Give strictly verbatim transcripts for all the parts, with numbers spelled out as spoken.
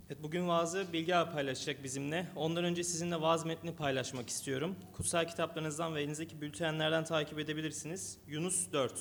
Evet, bugün vaazı Bilge abi paylaşacak bizimle. Ondan önce sizinle vaaz metnini paylaşmak istiyorum. Kutsal kitaplarınızdan ve elinizdeki bültenlerden takip edebilirsiniz. Yunus dört.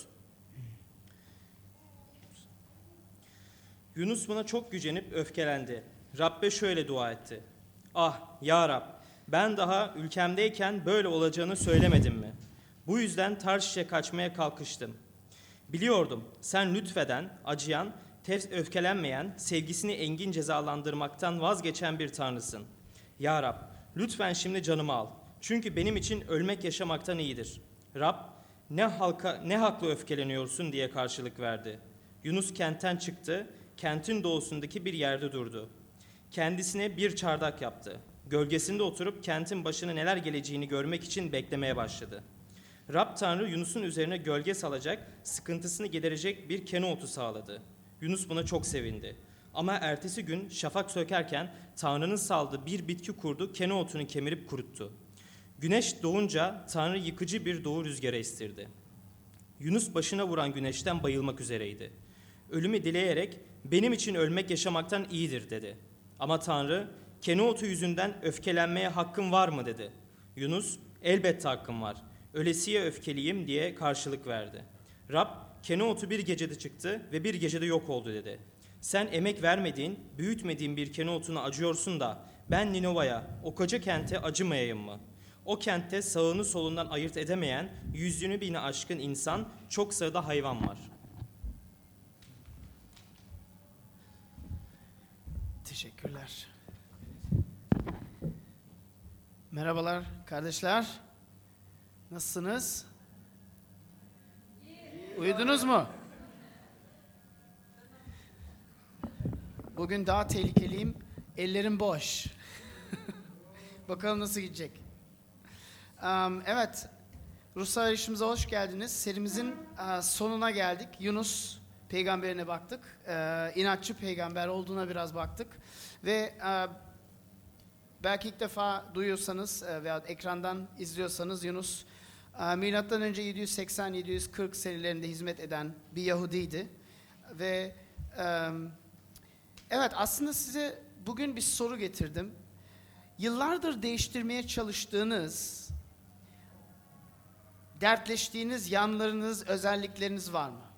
Yunus buna çok gücenip öfkelendi. Rabbe şöyle dua etti. Ah ya Rab, ben daha ülkemdeyken böyle olacağını söylemedim mi? Bu yüzden Tarşiş'e kaçmaya kalkıştım. Biliyordum sen lütfeden, acıyan, ters öfkelenmeyen, sevgisini engin cezalandırmaktan vazgeçen bir tanrısın. Ya Rab, lütfen şimdi canımı al. Çünkü benim için ölmek yaşamaktan iyidir. Rab, ne halka, ne haklı öfkeleniyorsun diye karşılık verdi. Yunus kentten çıktı, kentin doğusundaki bir yerde durdu. Kendisine bir çardak yaptı. Gölgesinde oturup kentin başına neler geleceğini görmek için beklemeye başladı. Rab Tanrı Yunus'un üzerine gölge salacak, sıkıntısını giderecek bir kenotu sağladı. Yunus buna çok sevindi. Ama ertesi gün şafak sökerken Tanrı'nın saldığı bir bitki kurdu, kenotunu kemirip kuruttu. Güneş doğunca Tanrı yıkıcı bir doğu rüzgarı estirdi. Yunus başına vuran güneşten bayılmak üzereydi. Ölümü dileyerek benim için ölmek yaşamaktan iyidir dedi. Ama Tanrı kenotu yüzünden öfkelenmeye hakkın var mı dedi. Yunus elbette hakkım var. Ölesiye öfkeliyim diye karşılık verdi. Rab kenotu bir gecede çıktı ve bir gecede yok oldu dedi. Sen emek vermediğin, büyütmediğin bir kenotuna acıyorsun da ben Ninova'ya, o koca kente acımayayım mı? O kentte sağını solundan ayırt edemeyen yüzünü bini aşkın insan, çok sayıda hayvan var. Teşekkürler. Merhabalar kardeşler. Nasılsınız? Uyudunuz mu? Bugün daha tehlikeliyim. Ellerim boş. Bakalım nasıl gidecek. Um, evet, Ruhsal Arayışımıza hoş geldiniz. Serimizin uh, sonuna geldik. Yunus peygamberine baktık. Uh, inatçı peygamber olduğuna biraz baktık. Ve uh, belki ilk defa duyuyorsanız uh, veya ekrandan izliyorsanız Yunus uh, milattan önce yedi yüz seksen yedi yüz kırk senelerinde hizmet eden bir Yahudiydi. Ve um, evet, aslında size bugün bir soru getirdim. Yıllardır değiştirmeye çalıştığınız, dertleştiğiniz yanlarınız, özellikleriniz var mı?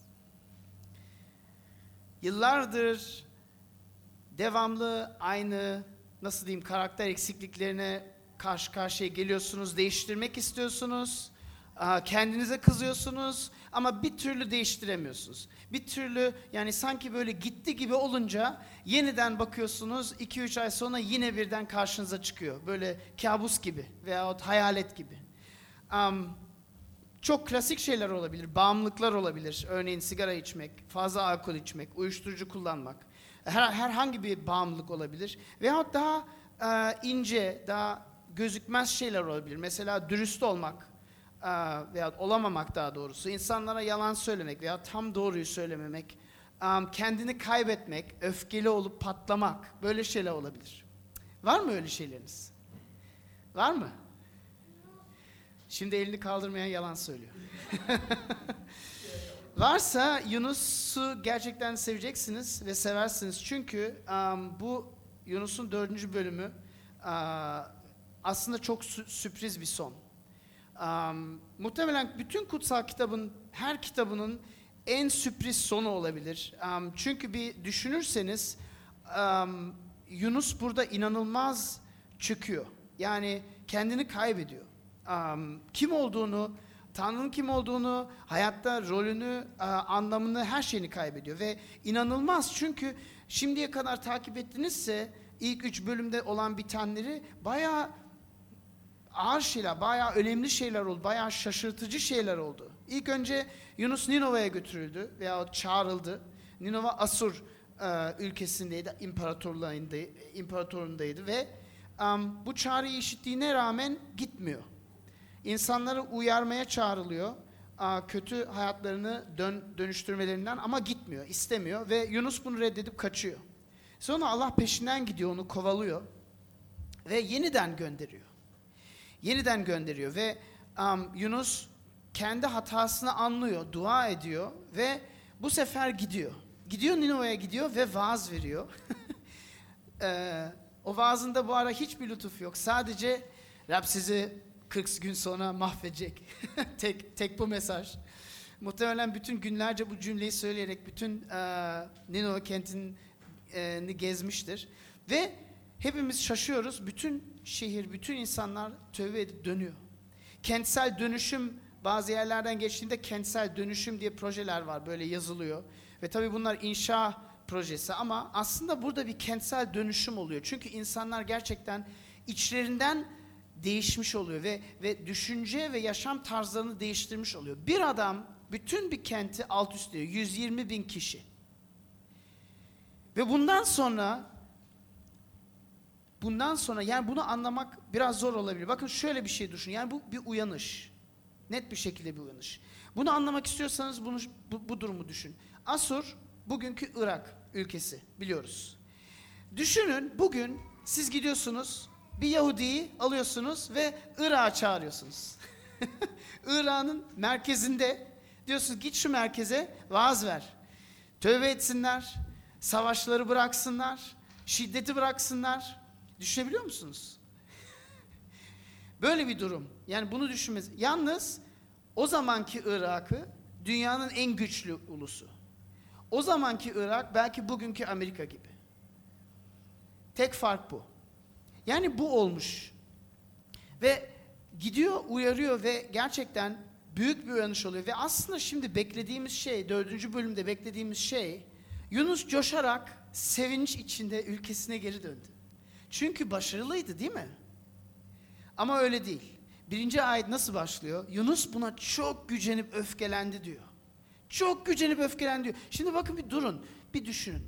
Yıllardır devamlı aynı, nasıl diyeyim, karakter eksikliklerine karşı karşıya geliyorsunuz, değiştirmek istiyorsunuz, kendinize kızıyorsunuz ama bir türlü değiştiremiyorsunuz. Bir türlü, yani sanki böyle gitti gibi olunca yeniden bakıyorsunuz, iki üç ay sonra yine birden karşınıza çıkıyor. Böyle kabus gibi veyahut hayalet gibi. Um, çok klasik şeyler olabilir, bağımlılıklar olabilir. Örneğin sigara içmek, fazla alkol içmek, uyuşturucu kullanmak. Her, herhangi bir bağımlılık olabilir. Veyahut daha e, ince, daha gözükmez şeyler olabilir. Mesela dürüst olmak e, veyahut olamamak daha doğrusu. İnsanlara yalan söylemek veya tam doğruyu söylememek. E, kendini kaybetmek, öfkeli olup patlamak. Böyle şeyler olabilir. Var mı öyle şeyleriniz? Var mı? Şimdi elini kaldırmayan yalan söylüyor. Varsa Yunus'u gerçekten seveceksiniz ve seversiniz. Çünkü um, bu Yunus'un dördüncü bölümü uh, aslında çok sü- sürpriz bir son. Um, muhtemelen bütün kutsal kitabın, her kitabının en sürpriz sonu olabilir. Um, çünkü bir düşünürseniz um, Yunus burada inanılmaz çöküyor. Yani kendini kaybediyor. Um, kim olduğunu, Tanrı'nın kim olduğunu, hayatta rolünü, uh, anlamını, her şeyini kaybediyor. Ve inanılmaz, çünkü şimdiye kadar takip ettinizse ilk üç bölümde olan bitenleri bayağı ağır şeyler, bayağı önemli şeyler oldu, bayağı şaşırtıcı şeyler oldu. İlk önce Yunus Ninova'ya götürüldü veya çağrıldı. Ninova Asur uh, ülkesindeydi, imparatorluğundaydı, imparatorluğundaydı ve um, bu çağrıyı işittiğine rağmen gitmiyor. İnsanları uyarmaya çağrılıyor, kötü hayatlarını dön, dönüştürmelerinden, ama gitmiyor, istemiyor ve Yunus bunu reddedip kaçıyor. Sonra Allah peşinden gidiyor, onu kovalıyor ve yeniden gönderiyor. Yeniden gönderiyor ve um, Yunus kendi hatasını anlıyor, dua ediyor ve bu sefer gidiyor. Gidiyor Ninova'ya gidiyor ve vaaz veriyor. Ee, o vaazında bu ara hiçbir lütuf yok. Sadece Rab sizi kırk gün sonra mahvedecek. tek, tek bu mesaj. Muhtemelen bütün günlerce bu cümleyi söyleyerek bütün e, Ninove kentini e, gezmiştir. Ve hepimiz şaşıyoruz. Bütün şehir, bütün insanlar tövbe edip dönüyor. Kentsel dönüşüm, bazı yerlerden geçtiğinde kentsel dönüşüm diye projeler var, böyle yazılıyor. Ve tabii bunlar inşa projesi ama aslında burada bir kentsel dönüşüm oluyor. Çünkü insanlar gerçekten içlerinden değişmiş oluyor ve ve düşünce ve yaşam tarzlarını değiştirmiş oluyor. Bir adam bütün bir kenti alt üst ediyor. yüz yirmi bin kişi. Ve bundan sonra bundan sonra yani bunu anlamak biraz zor olabilir. Bakın şöyle bir şey düşün. Yani bu bir uyanış. Net bir şekilde bir uyanış. Bunu anlamak istiyorsanız bunu bu, bu durumu düşün. Asur bugünkü Irak ülkesi, biliyoruz. Düşünün, bugün siz gidiyorsunuz, bir Yahudi'yi alıyorsunuz ve Irak'a çağırıyorsunuz. Irak'ın merkezinde diyorsunuz, git şu merkeze vaaz ver. Tövbe etsinler, savaşları bıraksınlar, şiddeti bıraksınlar. Düşünebiliyor musunuz? Böyle bir durum. Yani bunu düşünmez. Yalnız o zamanki Irak'ı dünyanın en güçlü ulusu. O zamanki Irak belki bugünkü Amerika gibi. Tek fark bu. Yani bu olmuş. Ve gidiyor, uyarıyor ve gerçekten büyük bir uyanış oluyor. Ve aslında şimdi beklediğimiz şey, dördüncü bölümde beklediğimiz şey, Yunus coşarak sevinç içinde ülkesine geri döndü. Çünkü başarılıydı, değil mi? Ama öyle değil. Birinci ayet nasıl başlıyor? Yunus buna çok gücenip öfkelendi diyor. Çok gücenip öfkelendi diyor. Şimdi bakın bir durun, bir düşünün.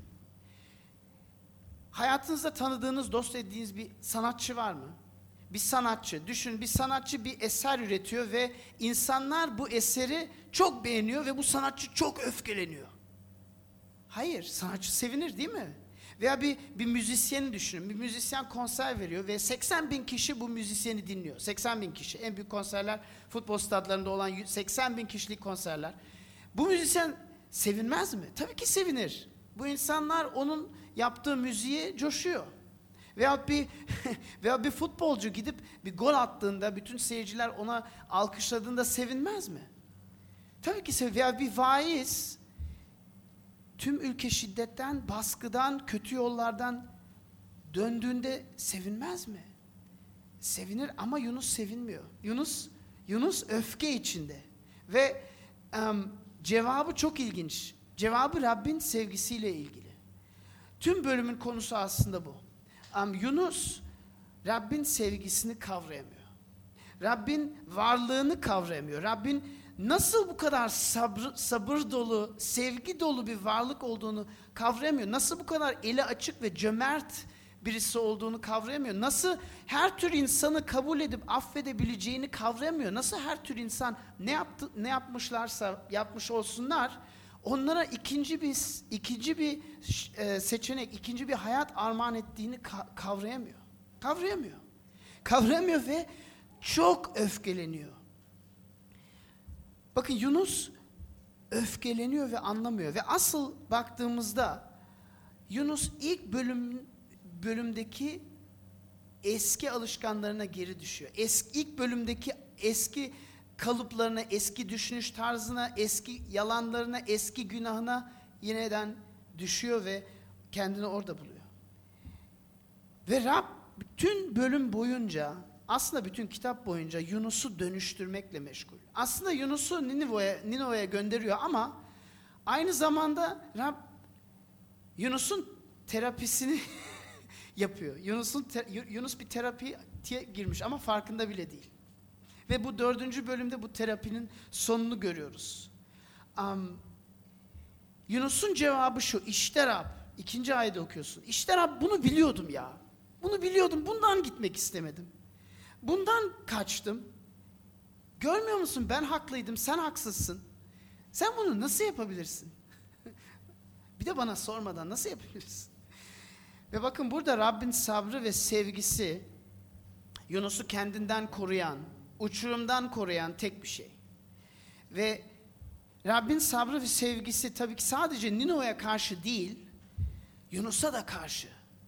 Hayatınızda tanıdığınız, dost edindiğiniz bir sanatçı var mı? Bir sanatçı, düşün, bir sanatçı bir eser üretiyor ve insanlar bu eseri çok beğeniyor ve bu sanatçı çok öfkeleniyor. Hayır, sanatçı sevinir, değil mi? Veya bir, bir müzisyeni düşünün. Bir müzisyen konser veriyor ve seksen bin kişi bu müzisyeni dinliyor. seksen bin kişi. En büyük konserler futbol stadlarında olan seksen bin kişilik konserler. Bu müzisyen sevinmez mi? Tabii ki sevinir. Bu insanlar onun yaptığı müziğe coşuyor. Veya bir veya bir futbolcu gidip bir gol attığında bütün seyirciler ona alkışladığında sevinmez mi? Tabii ki sevinir. Veya bir vaiz tüm ülke şiddetten, baskıdan, kötü yollardan döndüğünde sevinmez mi? Sevinir ama Yunus sevinmiyor. Yunus Yunus öfke içinde. Ve um, cevabı çok ilginç. Cevabı Rabbin sevgisiyle ilgili. Tüm bölümün konusu aslında bu. Um, Yunus Rabbin sevgisini kavrayamıyor. Rabbin varlığını kavrayamıyor. Rabbin nasıl bu kadar sabır, sabır dolu, sevgi dolu bir varlık olduğunu kavrayamıyor. Nasıl bu kadar eli açık ve cömert birisi olduğunu kavrayamıyor. Nasıl her tür insanı kabul edip affedebileceğini kavrayamıyor. Nasıl her tür insan ne yaptı, ne yapmışlarsa yapmış olsunlar, onlara ikinci bir ikinci bir e, seçenek, ikinci bir hayat armağan ettiğini ka- kavrayamıyor. Kavrayamıyor. Kavrayamıyor ve çok öfkeleniyor. Bakın Yunus öfkeleniyor ve anlamıyor. Ve asıl baktığımızda Yunus ilk bölüm bölümdeki eski alışkanlarına geri düşüyor. Eski, ilk bölümdeki eski kalıplarına, eski düşünüş tarzına, eski yalanlarına, eski günahına yeniden düşüyor ve kendini orada buluyor. Ve Rab bütün bölüm boyunca, aslında bütün kitap boyunca Yunus'u dönüştürmekle meşgul. Aslında Yunus'u Nineve'ye, Nineve'ye gönderiyor ama aynı zamanda Rab Yunus'un terapisini yapıyor. Yunus'un te, Yunus bir terapiye girmiş ama farkında bile değil. Ve bu dördüncü bölümde bu terapinin sonunu görüyoruz. Um, Yunus'un cevabı şu: İşte Rab. İkinci ayette okuyorsun. İşte Rab, bunu biliyordum ya. Bunu biliyordum. Bundan gitmek istemedim. Bundan kaçtım. Görmüyor musun? Ben haklıydım. Sen haksızsın. Sen bunu nasıl yapabilirsin? Bir de bana sormadan nasıl yapabilirsin? Ve bakın burada Rabbin sabrı ve sevgisi Yunus'u kendinden koruyan, uçurumdan koruyan tek bir şey. Ve Rabbin sabrı ve sevgisi tabii ki sadece Nineve'ye karşı değil, Yunus'a da karşı.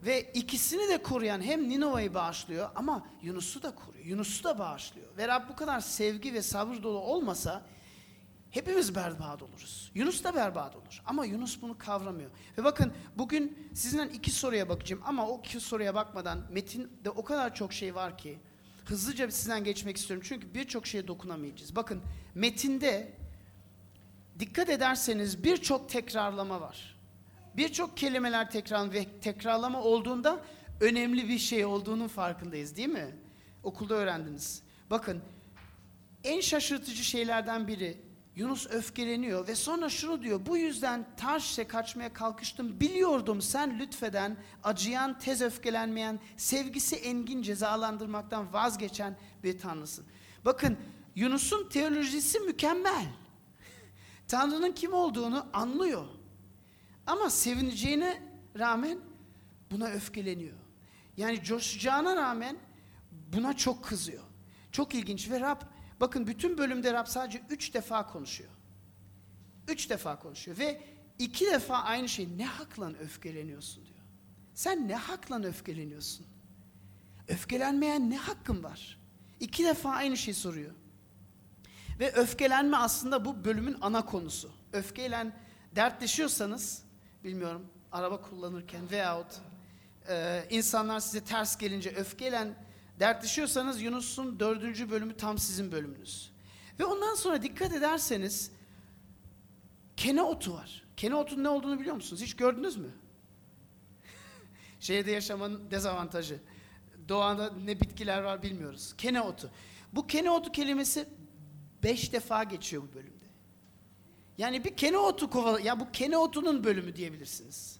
Ve ikisini de koruyan hem Ninova'yı bağışlıyor ama Yunus'u da koruyor. Yunus'u da bağışlıyor. Ve Rab bu kadar sevgi ve sabır dolu olmasa hepimiz berbat oluruz. Yunus da berbat olur. Ama Yunus bunu kavramıyor. Ve bakın bugün sizinle iki soruya bakacağım. Ama o iki soruya bakmadan metinde o kadar çok şey var ki hızlıca sizden geçmek istiyorum. Çünkü birçok şeye dokunamayacağız. Bakın metinde dikkat ederseniz birçok tekrarlama var. Birçok kelimeler tekrar ve tekrarlama olduğunda önemli bir şey olduğunun farkındayız değil mi? Okulda öğrendiniz. Bakın en şaşırtıcı şeylerden biri Yunus öfkeleniyor ve sonra şunu diyor. Bu yüzden Tarşiş'e kaçmaya kalkıştım. Biliyordum sen lütfeden, acıyan, tez öfkelenmeyen, sevgisi engin cezalandırmaktan vazgeçen bir Tanrısın. Bakın Yunus'un teolojisi mükemmel. Tanrı'nın kim olduğunu anlıyor. Ama sevineceğine rağmen buna öfkeleniyor. Yani coşacağına rağmen buna çok kızıyor. Çok ilginç ve Rab, bakın bütün bölümde Rab sadece üç defa konuşuyor. Üç defa konuşuyor ve iki defa aynı şey. Ne hakla öfkeleniyorsun diyor. Sen ne hakla öfkeleniyorsun? Öfkelenmeyen ne hakkın var? İki defa aynı şey soruyor. Ve öfkelenme aslında bu bölümün ana konusu. Öfkeyle dertleşiyorsanız, bilmiyorum araba kullanırken veyahut e, insanlar size ters gelince öfkeyle dertleşiyorsanız Yunus'un dördüncü bölümü tam sizin bölümünüz. Ve ondan sonra dikkat ederseniz kene otu var. Kene otunun ne olduğunu biliyor musunuz? Hiç gördünüz mü? Şehirde yaşamanın dezavantajı. Doğada ne bitkiler var bilmiyoruz. Kene otu. Bu kene otu kelimesi beş defa geçiyor bu bölümde. Yani bir kene otu kovala, ya bu kene otunun bölümü diyebilirsiniz.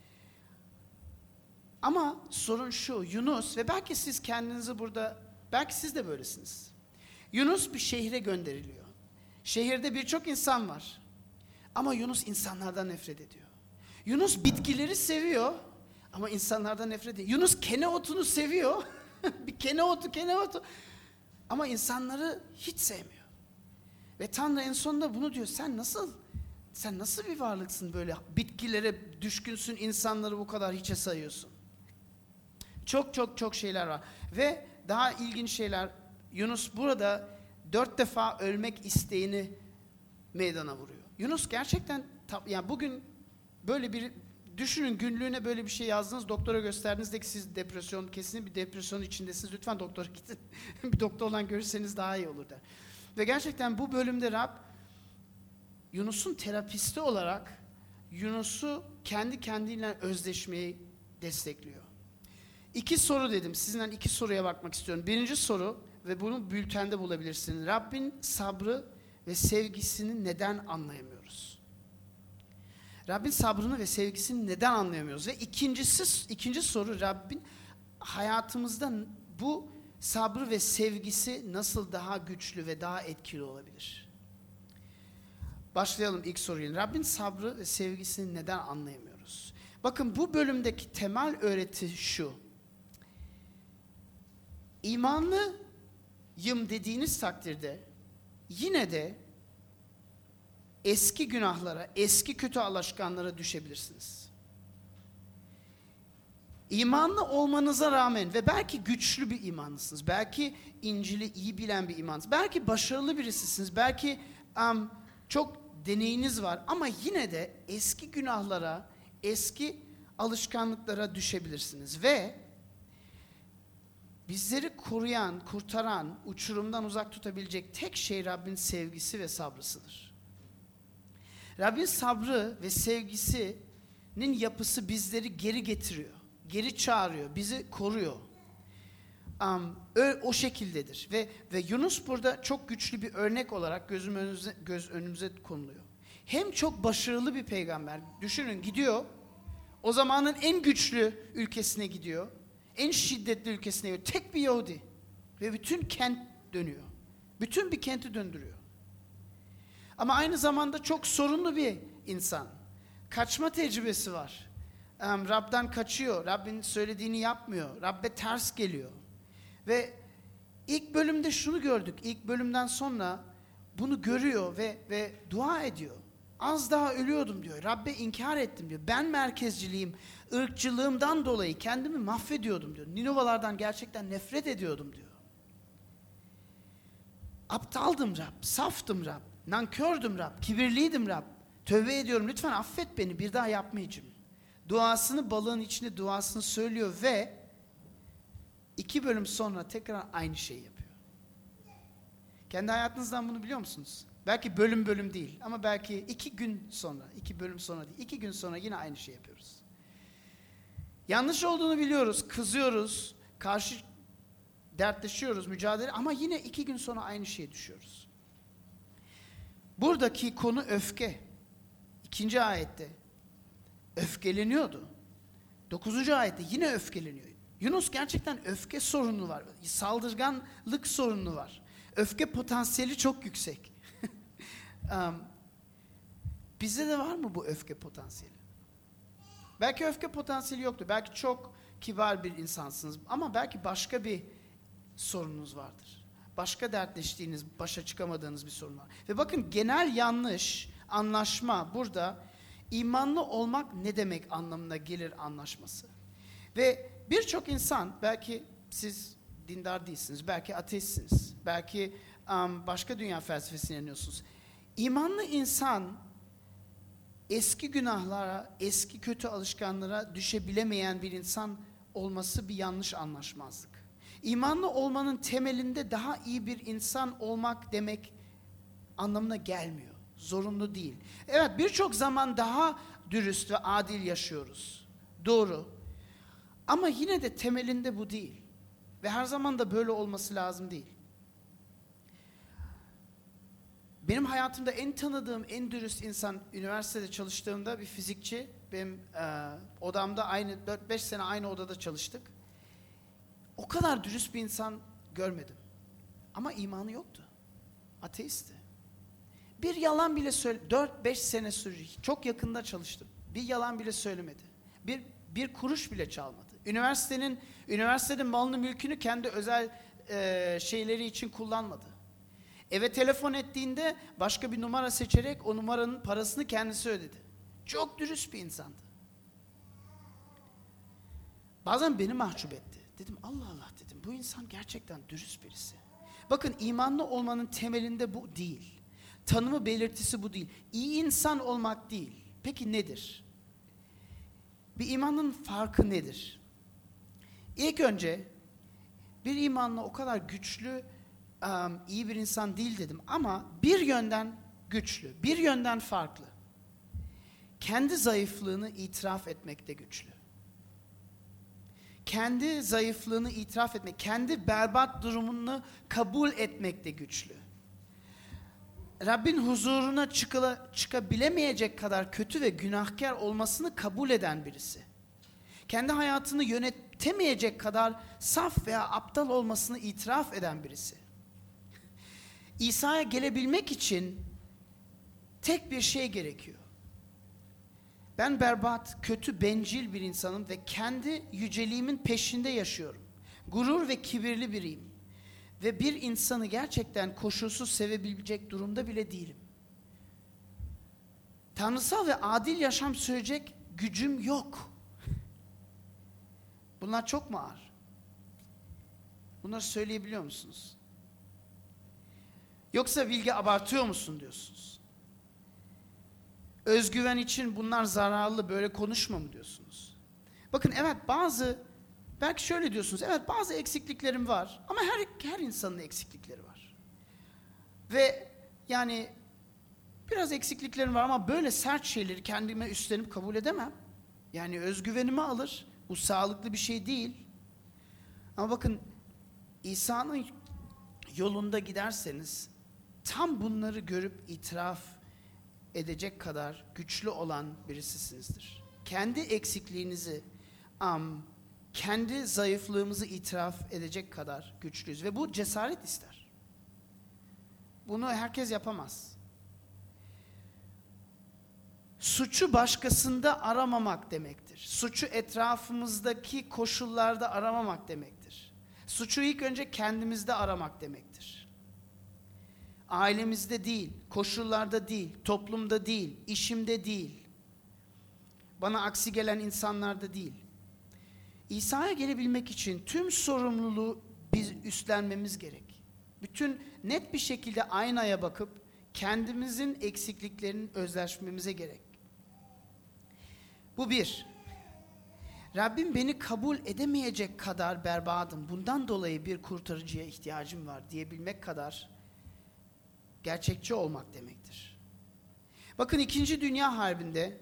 Ama sorun şu, Yunus ve belki siz kendinizi burada, belki siz de böylesiniz. Yunus bir şehre gönderiliyor. Şehirde birçok insan var. Ama Yunus insanlardan nefret ediyor. Yunus bitkileri seviyor ama insanlardan nefret ediyor. Yunus kene otunu seviyor. bir kene otu, kene otu. Ama insanları hiç sevmiyor. Ve Tanrı en sonunda bunu diyor. Sen nasıl, sen nasıl bir varlıksın böyle? Bitkilere düşkünsün, insanları bu kadar hiçe sayıyorsun. Çok çok çok şeyler var. Ve daha ilginç şeyler. Yunus burada dört defa ölmek isteğini meydana vuruyor. Yunus gerçekten, yani bugün böyle bir, düşünün günlüğüne böyle bir şey yazdınız, doktora gösterdiğinizde ki siz depresyon, kesin bir depresyon içindesiniz. Lütfen doktora gidin. bir doktorla görüşseniz daha iyi olur der. Ve gerçekten bu bölümde Rab, Yunus'un terapisti olarak Yunus'u kendi kendiyle özleşmeyi destekliyor. İki soru dedim. Sizinle iki soruya bakmak istiyorum. Birinci soru ve bunu bültende bulabilirsiniz. Rabbin sabrı ve sevgisini neden anlayamıyoruz? Rabbin sabrını ve sevgisini neden anlayamıyoruz? Ve ikincisi, ikinci soru, Rabbin hayatımızda bu sabrı ve sevgisi nasıl daha güçlü ve daha etkili olabilir? Başlayalım ilk soruyla. Rabbin sabrı ve sevgisini neden anlayamıyoruz? Bakın bu bölümdeki temel öğreti şu. İmanlıyım dediğiniz takdirde yine de eski günahlara, eski kötü alışkanlara düşebilirsiniz. İmanlı olmanıza rağmen ve belki güçlü bir imanlısınız, belki İncil'i iyi bilen bir imanlısınız, belki başarılı birisisiniz, belki um, çok deneyiniz var ama yine de eski günahlara, eski alışkanlıklara düşebilirsiniz ve bizleri koruyan, kurtaran, uçurumdan uzak tutabilecek tek şey Rabbin sevgisi ve sabrısıdır. Rabbin sabrı ve sevgisinin yapısı bizleri geri getiriyor, geri çağırıyor, bizi koruyor. Um, o, o şekildedir ve ve Yunus burada çok güçlü bir örnek olarak gözüm önümüze, göz önümüze konuluyor. Hem çok başarılı bir peygamber, düşünün gidiyor, o zamanın en güçlü ülkesine gidiyor, en şiddetli ülkesine gidiyor, tek bir Yahudi ve bütün kent dönüyor, bütün bir kenti döndürüyor. Ama aynı zamanda çok sorunlu bir insan, kaçma tecrübesi var. Um, Rab'den kaçıyor, Rabbin söylediğini yapmıyor, Rabbe ters geliyor. Ve ilk bölümde şunu gördük, ilk bölümden sonra bunu görüyor ve ve dua ediyor. Az daha ölüyordum diyor. Rabbe inkar ettim diyor. Ben merkezciliğim, ırkçılığımdan dolayı kendimi mahvediyordum diyor. Ninovalardan gerçekten nefret ediyordum diyor. Aptaldım Rab, saftım Rab, nankördüm Rab, kibirliydim Rab. Tövbe ediyorum, lütfen affet beni, bir daha yapmayacağım. Duasını, balığın içinde duasını söylüyor ve iki bölüm sonra tekrar aynı şeyi yapıyor. Kendi hayatınızdan bunu biliyor musunuz? Belki bölüm bölüm değil ama belki iki gün sonra, iki bölüm sonra değil, iki gün sonra yine aynı şey yapıyoruz. Yanlış olduğunu biliyoruz, kızıyoruz, karşı dertleşiyoruz, mücadele ama yine iki gün sonra aynı şeye düşüyoruz. Buradaki konu öfke. İkinci ayette öfkeleniyordu. Dokuzuncu ayette yine öfkeleniyor. Yunus gerçekten öfke sorunu var, saldırganlık sorunu var. Öfke potansiyeli çok yüksek. um, bizde de var mı bu öfke potansiyeli? Belki öfke potansiyeli yoktur. Belki çok kibar bir insansınız ama belki başka bir sorununuz vardır. Başka dertleştiğiniz, başa çıkamadığınız bir sorun var. Ve bakın genel yanlış anlaşma burada imanlı olmak ne demek anlamına gelir anlaşması. Ve birçok insan, belki siz dindar değilsiniz, belki ateistsiniz, belki um, başka dünya felsefesine inanıyorsunuz. İmanlı insan eski günahlara, eski kötü alışkanlara düşebilemeyen bir insan olması bir yanlış anlaşmazlık. İmanlı olmanın temelinde daha iyi bir insan olmak demek anlamına gelmiyor. Zorunlu değil. Evet, birçok zaman daha dürüst ve adil yaşıyoruz. Doğru. Ama yine de temelinde bu değil. Ve her zaman da böyle olması lazım değil. Benim hayatımda en tanıdığım, en dürüst insan üniversitede çalıştığımda bir fizikçi. Benim e, odamda aynı dört beş sene aynı odada çalıştık. O kadar dürüst bir insan görmedim. Ama imanı yoktu. Ateistti. Bir yalan bile söyle, dört beş sene sürdü. Çok yakında çalıştım. Bir yalan bile söylemedi. Bir bir kuruş bile çalmadı. Üniversitenin üniversitenin malını, mülkünü kendi özel e, şeyleri için kullanmadı. Eve telefon ettiğinde başka bir numara seçerek o numaranın parasını kendisi ödedi. Çok dürüst bir insandı. Bazen beni mahcup etti. Dedim Allah Allah dedim. Bu insan gerçekten dürüst birisi. Bakın, imanlı olmanın temelinde bu değil. Tanımı, belirtisi bu değil. İyi insan olmak değil. Peki nedir? Bir imanın farkı nedir? İlk önce bir imanlı o kadar güçlü, um, iyi bir insan değil dedim ama bir yönden güçlü, bir yönden farklı. Kendi zayıflığını itiraf etmekte güçlü. Kendi zayıflığını itiraf etmek, kendi berbat durumunu kabul etmekte güçlü. Rabbin huzuruna çıkıla, çıkabilemeyecek kadar kötü ve günahkar olmasını kabul eden birisi. Kendi hayatını yönetemeyecek kadar saf veya aptal olmasını itiraf eden birisi. İsa'ya gelebilmek için tek bir şey gerekiyor. Ben berbat, kötü, bencil bir insanım ve kendi yüceliğimin peşinde yaşıyorum. Gurur ve kibirli biriyim. Ve bir insanı gerçekten koşulsuz sevebilecek durumda bile değilim. Tanrısal ve adil yaşam sürecek gücüm yok. Bunlar çok mu ağır? Bunları söyleyebiliyor musunuz? Yoksa Bilge abartıyor musun diyorsunuz? Özgüven için bunlar zararlı, böyle konuşma mı diyorsunuz? Bakın, evet, bazı, belki şöyle diyorsunuz, evet bazı eksikliklerim var ama her her insanın eksiklikleri var. Ve yani biraz eksikliklerim var ama böyle sert şeyleri kendime üstlenip kabul edemem. Yani özgüvenimi alır, bu sağlıklı bir şey değil. Ama bakın, İsa'nın yolunda giderseniz tam bunları görüp itiraf edecek kadar güçlü olan birisisinizdir. Kendi eksikliğinizi, um, kendi zayıflığımızı itiraf edecek kadar güçlüyüz. Ve bu cesaret ister. Bunu herkes yapamaz. Suçu başkasında aramamak demektir. Suçu etrafımızdaki koşullarda aramamak demektir. Suçu ilk önce kendimizde aramak demektir. ailemizde değil, koşullarda değil, toplumda değil, işimde değil, bana aksi gelen insanlarda değil. İsa'ya gelebilmek için tüm sorumluluğu biz üstlenmemiz gerek. Bütün net bir şekilde aynaya bakıp kendimizin eksikliklerinin özleşmemize gerek. Bu bir. Rabbim beni kabul edemeyecek kadar berbadım. Bundan dolayı bir kurtarıcıya ihtiyacım var diyebilmek kadar gerçekçi olmak demektir. Bakın İkinci Dünya Harbi'nde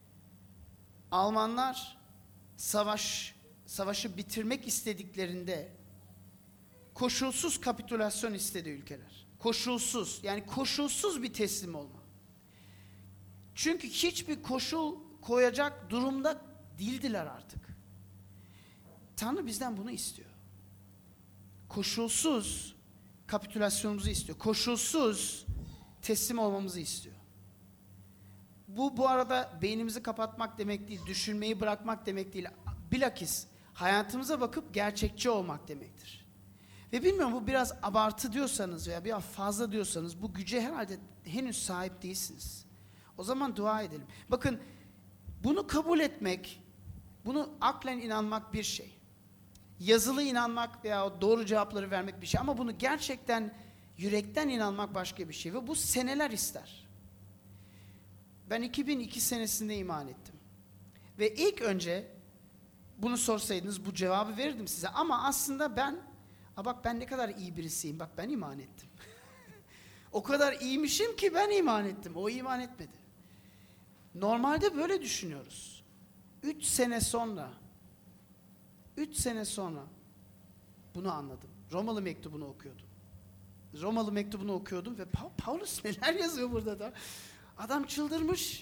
Almanlar savaş savaşı bitirmek istediklerinde koşulsuz kapitülasyon istedi ülkeler. Koşulsuz, yani koşulsuz bir teslim olma. Çünkü hiçbir koşul koyacak durumda değildiler artık. Tanrı bizden bunu istiyor. Koşulsuz kapitülasyonumuzu istiyor. Koşulsuz teslim olmamızı istiyor. Bu bu arada beynimizi kapatmak demek değil, düşünmeyi bırakmak demek değil. Bilakis hayatımıza bakıp gerçekçi olmak demektir. Ve bilmiyorum, bu biraz abartı diyorsanız veya biraz fazla diyorsanız bu güce herhalde henüz sahip değilsiniz. O zaman dua edelim. Bakın, bunu kabul etmek, bunu aklen inanmak bir şey. Yazılı inanmak veya doğru cevapları vermek bir şey. Ama bunu gerçekten yürekten inanmak başka bir şey. Ve bu seneler ister. Ben iki bin iki senesinde iman ettim. Ve ilk önce bunu sorsaydınız bu cevabı verirdim size. Ama aslında ben, ha bak ben ne kadar iyi birisiyim, bak ben iman ettim. O kadar iyiymişim ki ben iman ettim. O iman etmedi. Normalde böyle düşünüyoruz. Üç sene sonra, üç sene sonra bunu anladım. Romalı mektubunu okuyordum. Romalı mektubunu okuyordum ve Pa- Paulus neler yazıyor burada da. Adam çıldırmış.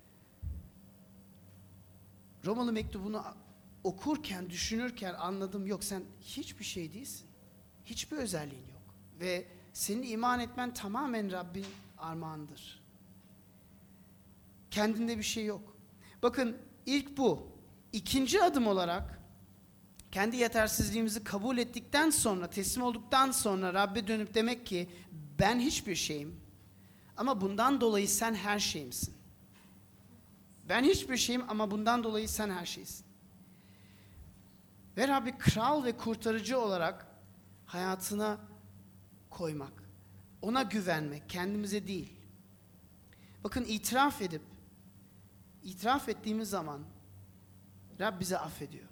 Romalı mektubunu okurken, düşünürken anladım, yok sen hiçbir şey değilsin. Hiçbir özelliğin yok. Ve senin iman etmen tamamen Rabbin armağanıdır. Kendinde bir şey yok. Bakın, ilk bu. İkinci adım olarak kendi yetersizliğimizi kabul ettikten sonra, teslim olduktan sonra Rabbe dönüp demek ki ben hiçbir şeyim ama bundan dolayı sen her şeyimsin. Ben hiçbir şeyim ama bundan dolayı sen her şeysin. Ve Rabbi kral ve kurtarıcı olarak hayatına koymak. Ona güvenmek, kendimize değil. Bakın, itiraf edip, itiraf ettiğimiz zaman Rab bizi affediyor.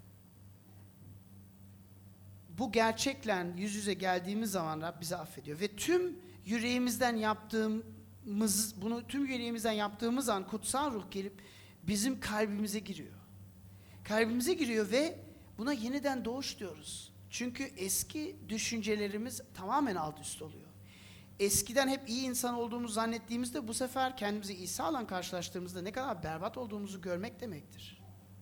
Bu gerçekle yüz yüze geldiğimiz zaman Rab bizi affediyor. Ve tüm yüreğimizden yaptığımız, bunu tüm yüreğimizden yaptığımız an kutsal ruh gelip bizim kalbimize giriyor. Kalbimize giriyor ve buna yeniden doğuş diyoruz. Çünkü eski düşüncelerimiz tamamen alt üst oluyor. Eskiden hep iyi insan olduğumuzu zannettiğimizde bu sefer kendimizi İsa'yla karşılaştığımızda ne kadar berbat olduğumuzu görmek demektir.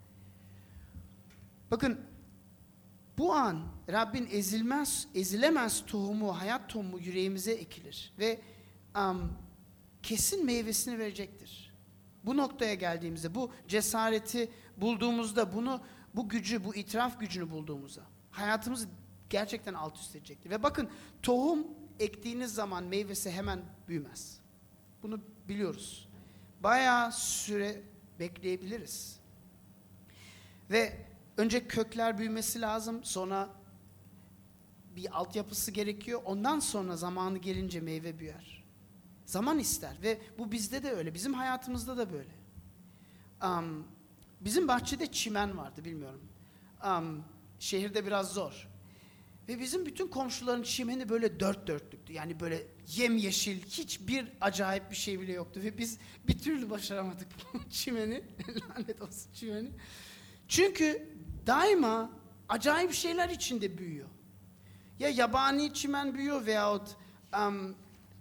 Bakın, bu an Rabbin ezilmez, ezilemez tohumu, hayat tohumu yüreğimize ekilir ve um, kesin meyvesini verecektir. Bu noktaya geldiğimizde, bu cesareti bulduğumuzda, bunu, bu gücü, bu itiraf gücünü bulduğumuzda hayatımızı gerçekten alt üst edecektir. Ve bakın, tohum ektiğiniz zaman meyvesi hemen büyümez. Bunu biliyoruz. Bayağı süre bekleyebiliriz. Ve önce kökler büyümesi lazım, sonra bir altyapısı gerekiyor. Ondan sonra zamanı gelince meyve büyür. Zaman ister ve bu bizde de öyle. Bizim hayatımızda da böyle. Um, bizim bahçede çimen vardı, bilmiyorum. Um, şehirde biraz zor. Ve bizim bütün komşuların çimeni böyle dört dörtlüktü. Yani böyle yemyeşil, hiçbir acayip bir şey bile yoktu. Ve biz bir türlü başaramadık bu çimeni. Lanet olsun çimeni. Çünkü daima acayip şeyler içinde büyüyor. Ya yabani çimen büyüyor veyahut um,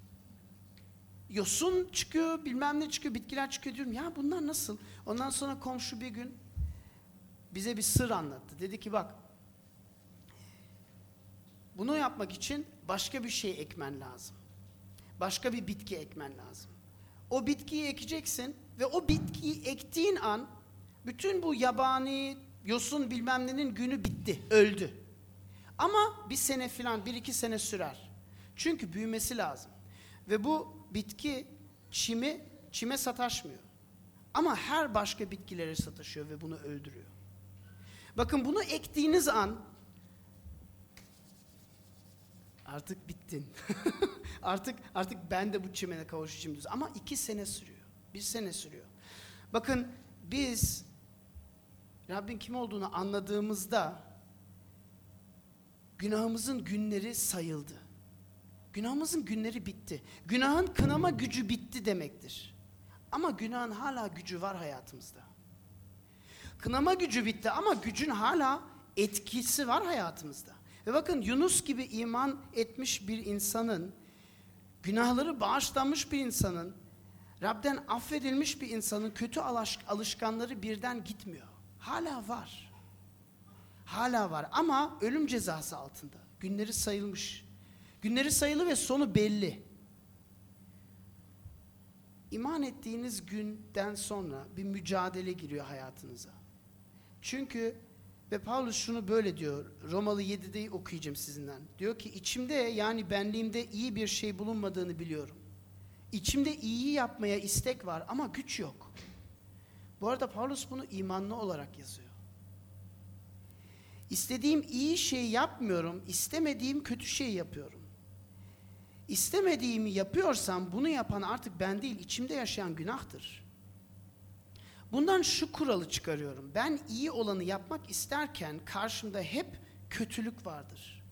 yosun çıkıyor, bilmem ne çıkıyor, bitkiler çıkıyor diyorum. Ya bunlar nasıl? Ondan sonra komşu bir gün bize bir sır anlattı. Dedi ki bak, bunu yapmak için başka bir şey ekmen lazım. Başka bir bitki ekmen lazım. O bitkiyi ekeceksin ve o bitkiyi ektiğin an bütün bu yabani, yosun bilmem nenin günü bitti, öldü. Ama bir sene filan, bir iki sene sürer. Çünkü büyümesi lazım. Ve bu bitki çimi, çime sataşmıyor. Ama her başka bitkilere sataşıyor ve bunu öldürüyor. Bakın bunu ektiğiniz an artık bittin. artık artık ben de bu çimene kavuşacağım diyoruz. Ama iki sene sürüyor. Bir sene sürüyor. Bakın biz Rabbin kim olduğunu anladığımızda günahımızın günleri sayıldı. Günahımızın günleri bitti. Günahın kınama gücü bitti demektir. Ama günahın hala gücü var hayatımızda. Kınama gücü bitti ama gücün hala etkisi var hayatımızda. Ve bakın Yunus gibi iman etmiş bir insanın, günahları bağışlanmış bir insanın, Rab'den affedilmiş bir insanın kötü alışkanları birden gitmiyor. Hala var. Hala var ama ölüm cezası altında. Günleri sayılmış. Günleri sayılı ve sonu belli. İman ettiğiniz günden sonra bir mücadele giriyor hayatınıza. Çünkü ve Paulus şunu böyle diyor. Romalı yedide okuyacağım sizinden. Diyor ki içimde yani benliğimde iyi bir şey bulunmadığını biliyorum. İçimde iyiyi yapmaya istek var ama güç yok. Bu arada Paulus bunu imanlı olarak yazıyor. İstediğim iyi şeyi yapmıyorum, istemediğim kötü şeyi yapıyorum. İstemediğimi yapıyorsam bunu yapan artık ben değil, içimde yaşayan günahtır. Bundan şu kuralı çıkarıyorum. Ben iyi olanı yapmak isterken karşımda hep kötülük vardır.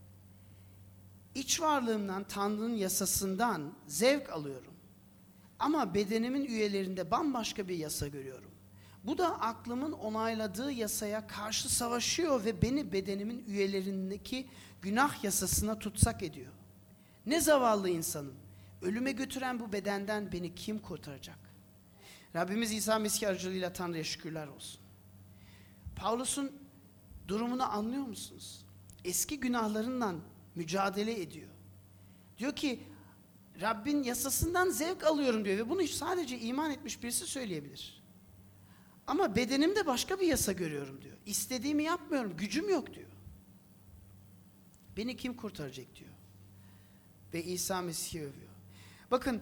İç varlığımdan, Tanrı'nın yasasından zevk alıyorum. Ama bedenimin üyelerinde bambaşka bir yasa görüyorum. Bu da aklımın onayladığı yasaya karşı savaşıyor ve beni bedenimin üyelerindeki günah yasasına tutsak ediyor. Ne zavallı insanım. Ölüme götüren bu bedenden beni kim kurtaracak? Rabbimiz İsa Mesih aracılığıyla Tanrı'ya şükürler olsun. Paulus'un durumunu anlıyor musunuz? Eski günahlarından mücadele ediyor. Diyor ki Rabbin yasasından zevk alıyorum diyor ve bunu sadece iman etmiş birisi söyleyebilir. Ama bedenimde başka bir yasa görüyorum diyor. İstediğimi yapmıyorum, gücüm yok diyor. Beni kim kurtaracak diyor. Ve İsa Mesih'i övüyor. Bakın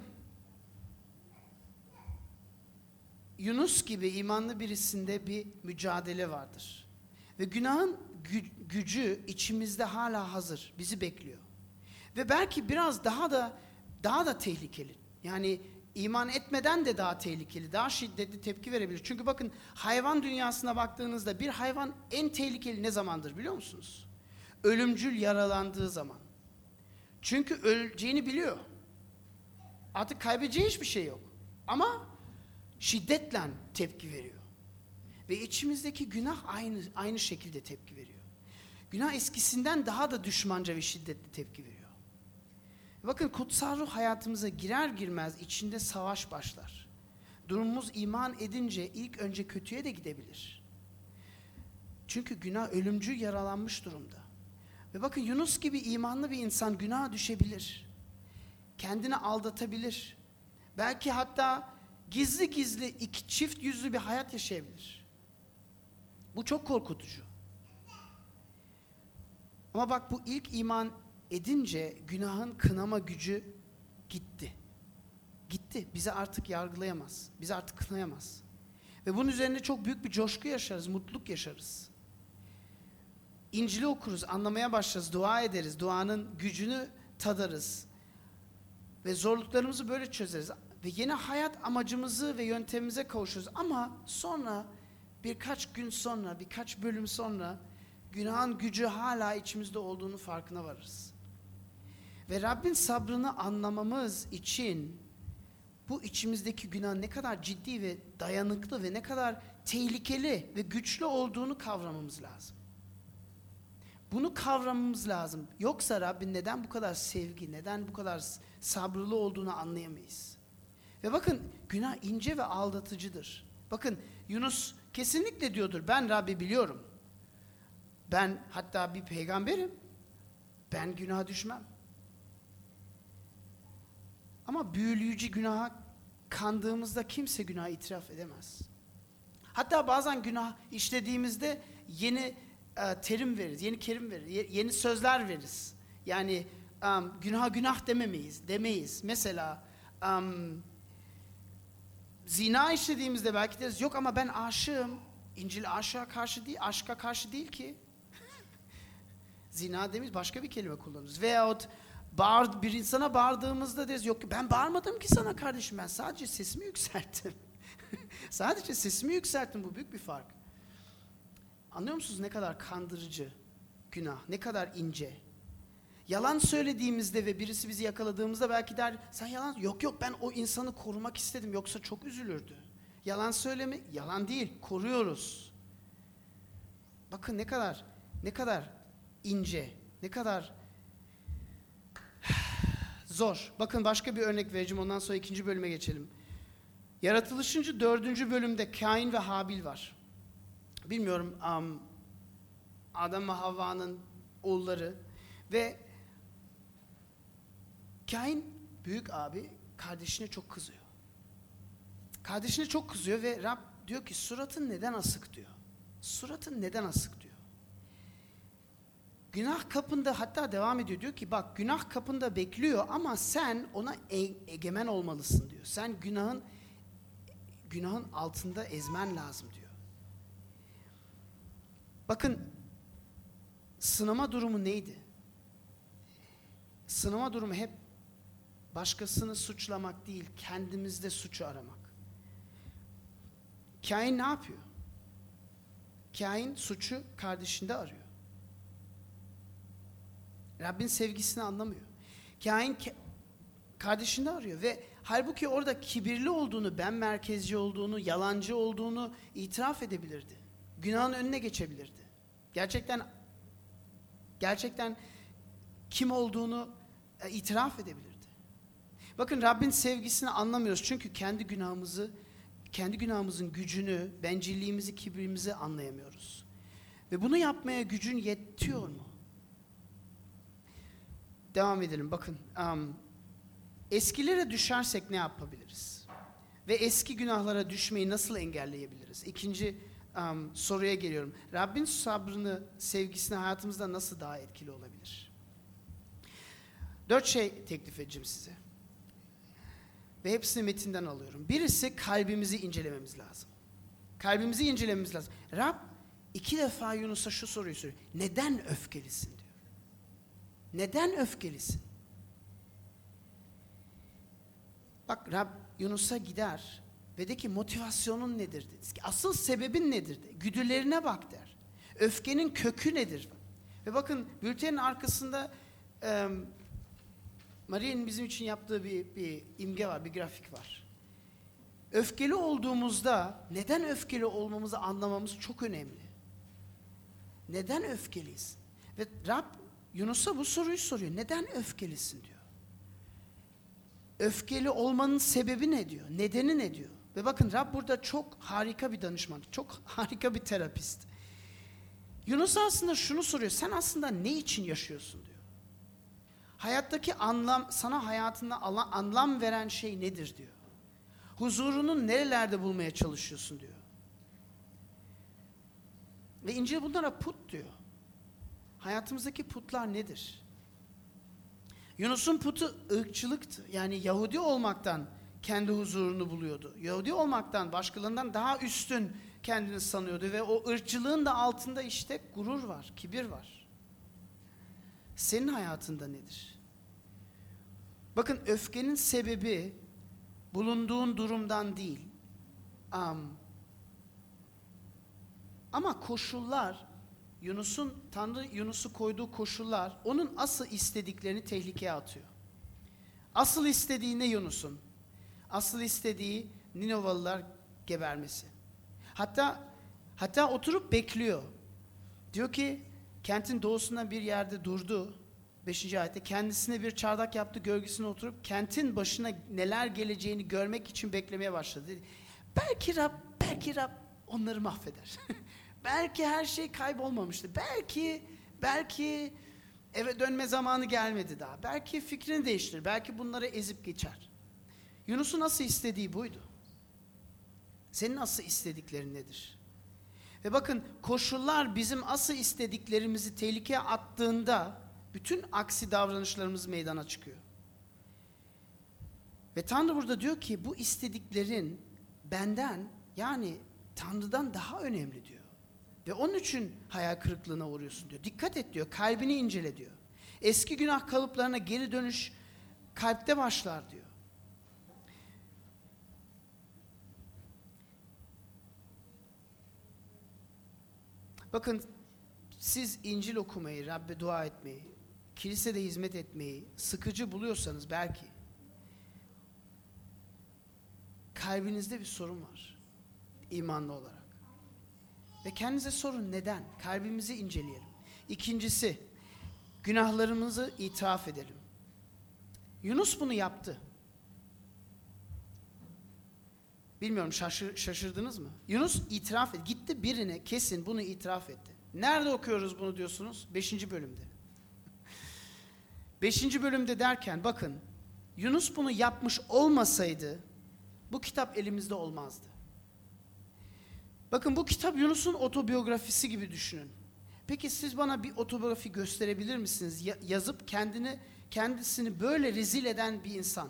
Yunus gibi imanlı birisinde bir mücadele vardır. Ve günahın gü- gücü içimizde hala hazır, bizi bekliyor. Ve belki biraz daha da daha da tehlikeli. Yani iman etmeden de daha tehlikeli, daha şiddetli tepki verebilir. Çünkü bakın hayvan dünyasına baktığınızda bir hayvan en tehlikeli ne zamandır biliyor musunuz? Ölümcül yaralandığı zaman. Çünkü öleceğini biliyor. Artık kaybedeceği hiçbir şey yok. Ama şiddetle tepki veriyor. Ve içimizdeki günah aynı aynı şekilde tepki veriyor. Günah eskisinden daha da düşmanca ve şiddetli tepki veriyor. Bakın kutsal ruh hayatımıza girer girmez içinde savaş başlar. Durumumuz iman edince ilk önce kötüye de gidebilir. Çünkü günah ölümcül yaralanmış durumda. Ve bakın Yunus gibi imanlı bir insan günaha düşebilir. Kendini aldatabilir. Belki hatta gizli gizli iki çift yüzlü bir hayat yaşayabilir. Bu çok korkutucu. Ama bak bu ilk iman edince günahın kınama gücü gitti. Gitti. Bizi artık yargılayamaz. Bizi artık kınayamaz. Ve bunun üzerine çok büyük bir coşku yaşarız, mutluluk yaşarız. İncil'i okuruz, anlamaya başlarız, dua ederiz, duanın gücünü tadarız. Ve zorluklarımızı böyle çözeriz. Ve yeni hayat amacımızı ve yöntemimize kavuşuruz. Ama sonra birkaç gün sonra, birkaç bölüm sonra günahın gücü hala içimizde olduğunu farkına varırız. Ve Rabbin sabrını anlamamız için bu içimizdeki günah ne kadar ciddi ve dayanıklı ve ne kadar tehlikeli ve güçlü olduğunu kavramamız lazım. Bunu kavramamız lazım. Yoksa Rabbin neden bu kadar sevgi, neden bu kadar sabrılı olduğunu anlayamayız. Ve bakın günah ince ve aldatıcıdır. Bakın Yunus kesinlikle diyordur ben Rabbi biliyorum. Ben hatta bir peygamberim. Ben günaha düşmem. Ama büyüleyici günaha kandığımızda kimse günah itiraf edemez. Hatta bazen günah işlediğimizde yeni e, terim veririz, yeni kelim veririz, yeni sözler veririz. Yani um, günah günah dememeyiz, demeyiz. Mesela um, zina işlediğimizde belki deriz yok ama ben aşığım. İncil aşığa karşı değil, aşka karşı değil ki. Zina demeyiz, başka bir kelime kullanırız. Veyahut bağır, bir insana bağırdığımızda deriz yok ben bağırmadım ki sana kardeşim, ben sadece sesimi yükselttim. Sadece sesimi yükselttim, bu büyük bir fark. Anlıyor musunuz ne kadar kandırıcı günah, ne kadar ince. Yalan söylediğimizde ve birisi bizi yakaladığımızda belki der sen yalan, yok yok ben o insanı korumak istedim yoksa çok üzülürdü. Yalan söyleme, yalan değil, koruyoruz. Bakın ne kadar, ne kadar ince, ne kadar zor. Bakın başka bir örnek vereceğim, ondan sonra ikinci bölüme geçelim. Yaratılışıncı dördüncü bölümde Kain ve Habil var. Bilmiyorum, um, Adam ve Havva'nın oğulları ve Kain büyük abi kardeşine çok kızıyor. Kardeşine çok kızıyor ve Rab diyor ki suratın neden asık diyor. Suratın neden asık diyor. Günah kapında, hatta devam ediyor, diyor ki bak günah kapında bekliyor ama sen ona e- egemen olmalısın diyor. Sen günahın günahın altında ezmen lazım diyor. Bakın sınama durumu neydi? Sınama durumu hep başkasını suçlamak değil, kendimizde suçu aramak. Kain ne yapıyor? Kain suçu kardeşinde arıyor. Rabbin sevgisini anlamıyor. Kain ke- kardeşini arıyor ve halbuki orada kibirli olduğunu, ben merkezci olduğunu, yalancı olduğunu itiraf edebilirdi. Günahın önüne geçebilirdi. Gerçekten gerçekten kim olduğunu e, itiraf edebilirdi. Bakın Rabbin sevgisini anlamıyoruz çünkü kendi günahımızı, kendi günahımızın gücünü, bencilliğimizi, kibrimizi anlayamıyoruz. Ve bunu yapmaya gücün yetiyor mu? Devam edelim. Bakın, um, eskilere düşersek ne yapabiliriz? Ve eski günahlara düşmeyi nasıl engelleyebiliriz? İkinci um, soruya geliyorum. Rabbin sabrını, sevgisini hayatımızda nasıl daha etkili olabilir? Dört şey teklif edeceğim size. Ve hepsini metinden alıyorum. Birisi kalbimizi incelememiz lazım. Kalbimizi incelememiz lazım. Rab iki defa Yunus'a şu soruyu soruyor. Neden öfkelisin diyor. Neden öfkelisin? Bak Rab Yunus'a gider ve de ki motivasyonun nedir? Der. Asıl sebebin nedir? Der. Güdülerine bak der. Öfkenin kökü nedir? Ve bakın bültenin arkasında e, Maria'nın bizim için yaptığı bir, bir imge var, bir grafik var. Öfkeli olduğumuzda neden öfkeli olmamızı anlamamız çok önemli. Neden öfkeliyiz? Ve Rab Yunus'a bu soruyu soruyor. Neden öfkelisin diyor. Öfkeli olmanın sebebi ne diyor? Nedeni ne diyor? Ve bakın Rab burada çok harika bir danışman, çok harika bir terapist. Yunus aslında şunu soruyor. Sen aslında ne için yaşıyorsun diyor. Hayattaki anlam, sana hayatında anlam veren şey nedir diyor. Huzurunu nerelerde bulmaya çalışıyorsun diyor. Ve İncil bunlara put diyor. Hayatımızdaki putlar nedir? Yunus'un putu ırkçılıktı. Yani Yahudi olmaktan kendi huzurunu buluyordu. Yahudi olmaktan başkalarından daha üstün kendini sanıyordu ve o ırkçılığın da altında işte gurur var, kibir var. Senin hayatında nedir? Bakın öfkenin sebebi bulunduğun durumdan değil. Um, ama koşullar, Yunus'un, Tanrı Yunus'u koyduğu koşullar onun asıl istediklerini tehlikeye atıyor. Asıl istediği ne Yunus'un? Asıl istediği Ninovalılar gebermesi. Hatta hatta oturup bekliyor. Diyor ki kentin doğusunda bir yerde durdu. Beşinci ayette kendisine bir çardak yaptı, gölgesine oturup kentin başına neler geleceğini görmek için beklemeye başladı. Dedi, belki Rab, belki Rab onları mahveder. Belki her şey kaybolmamıştı. Belki, belki eve dönme zamanı gelmedi daha. Belki fikrini değiştirir. Belki bunları ezip geçer. Yunus'un nasıl istediği buydu. Senin asıl istediklerin nedir? Ve bakın koşullar bizim asıl istediklerimizi tehlikeye attığında bütün aksi davranışlarımız meydana çıkıyor. Ve Tanrı burada diyor ki bu istediklerin benden, yani Tanrı'dan daha önemli diyor. Ve onun için hayal kırıklığına uğruyorsun diyor. Dikkat et diyor, kalbini incele diyor. Eski günah kalıplarına geri dönüş kalpte başlar diyor. Bakın, siz İncil okumayı, Rabbe dua etmeyi, kilisede hizmet etmeyi sıkıcı buluyorsanız belki kalbinizde bir sorun var imanlı olarak. Ve kendinize sorun, neden? Kalbimizi inceleyelim. İkincisi, günahlarımızı itiraf edelim. Yunus bunu yaptı. Bilmiyorum, şaşır, şaşırdınız mı? Yunus itiraf etti. Gitti birine, kesin bunu itiraf etti. Nerede okuyoruz bunu diyorsunuz? Beşinci bölümde. Beşinci bölümde derken bakın, Yunus bunu yapmış olmasaydı bu kitap elimizde olmazdı. Bakın, bu kitap Yunus'un otobiyografisi gibi düşünün. Peki siz bana bir otobiyografi gösterebilir misiniz? Ya, yazıp kendini kendisini böyle rezil eden bir insan.